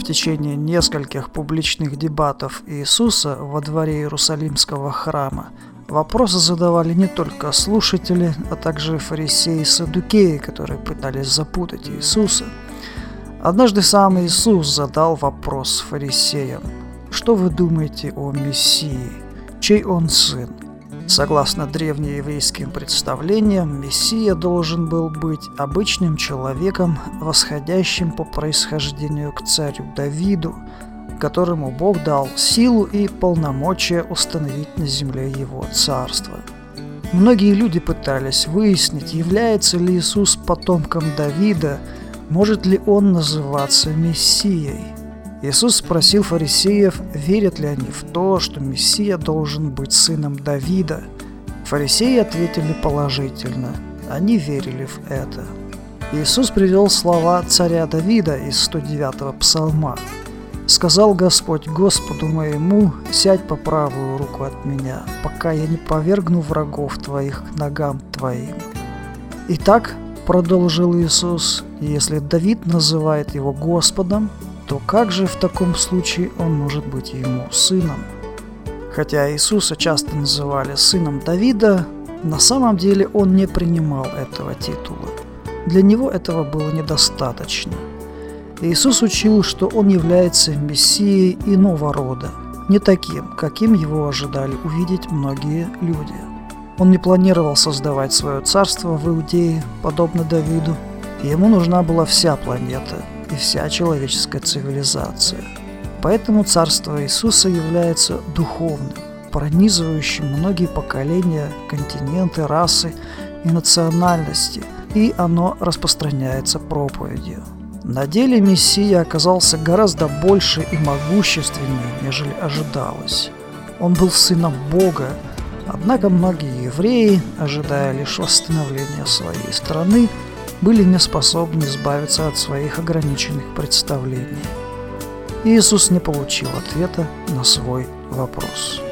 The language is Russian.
течение нескольких публичных дебатов Иисуса во дворе Иерусалимского храма вопросы задавали не только слушатели, а также фарисеи и саддукеи, которые пытались запутать Иисуса. Однажды сам Иисус задал вопрос фарисеям: «Что вы думаете о Мессии? Чей он сын?» Согласно древнееврейским представлениям, Мессия должен был быть обычным человеком, восходящим по происхождению к царю Давиду, которому Бог дал силу и полномочия установить на земле его царство. Многие люди пытались выяснить, является ли Иисус потомком Давида, может ли он называться Мессией. Иисус спросил фарисеев, верят ли они в то, что Мессия должен быть сыном Давида. Фарисеи ответили положительно, они верили в это. Иисус привел слова царя Давида из 109-го псалма. «Сказал Господь Господу моему, сядь по правую руку от меня, пока я не повергну врагов твоих к ногам твоим». Итак, продолжил Иисус, если Давид называет его Господом, то как же в таком случае он может быть ему сыном? Хотя Иисуса часто называли сыном Давида, на самом деле он не принимал этого титула. Для него этого было недостаточно. Иисус учил, что он является Мессией иного рода, не таким, каким его ожидали увидеть многие люди. Он не планировал создавать свое царство в Иудее, подобно Давиду, и ему нужна была вся планета и вся человеческая цивилизация. Поэтому царство Иисуса является духовным, пронизывающим многие поколения, континенты, расы и национальности, и оно распространяется проповедью. На деле Мессия оказался гораздо больше и могущественнее, нежели ожидалось. Он был сыном Бога, однако многие евреи, ожидая лишь восстановления своей страны, были не способны избавиться от своих ограниченных представлений. Иисус не получил ответа на свой вопрос.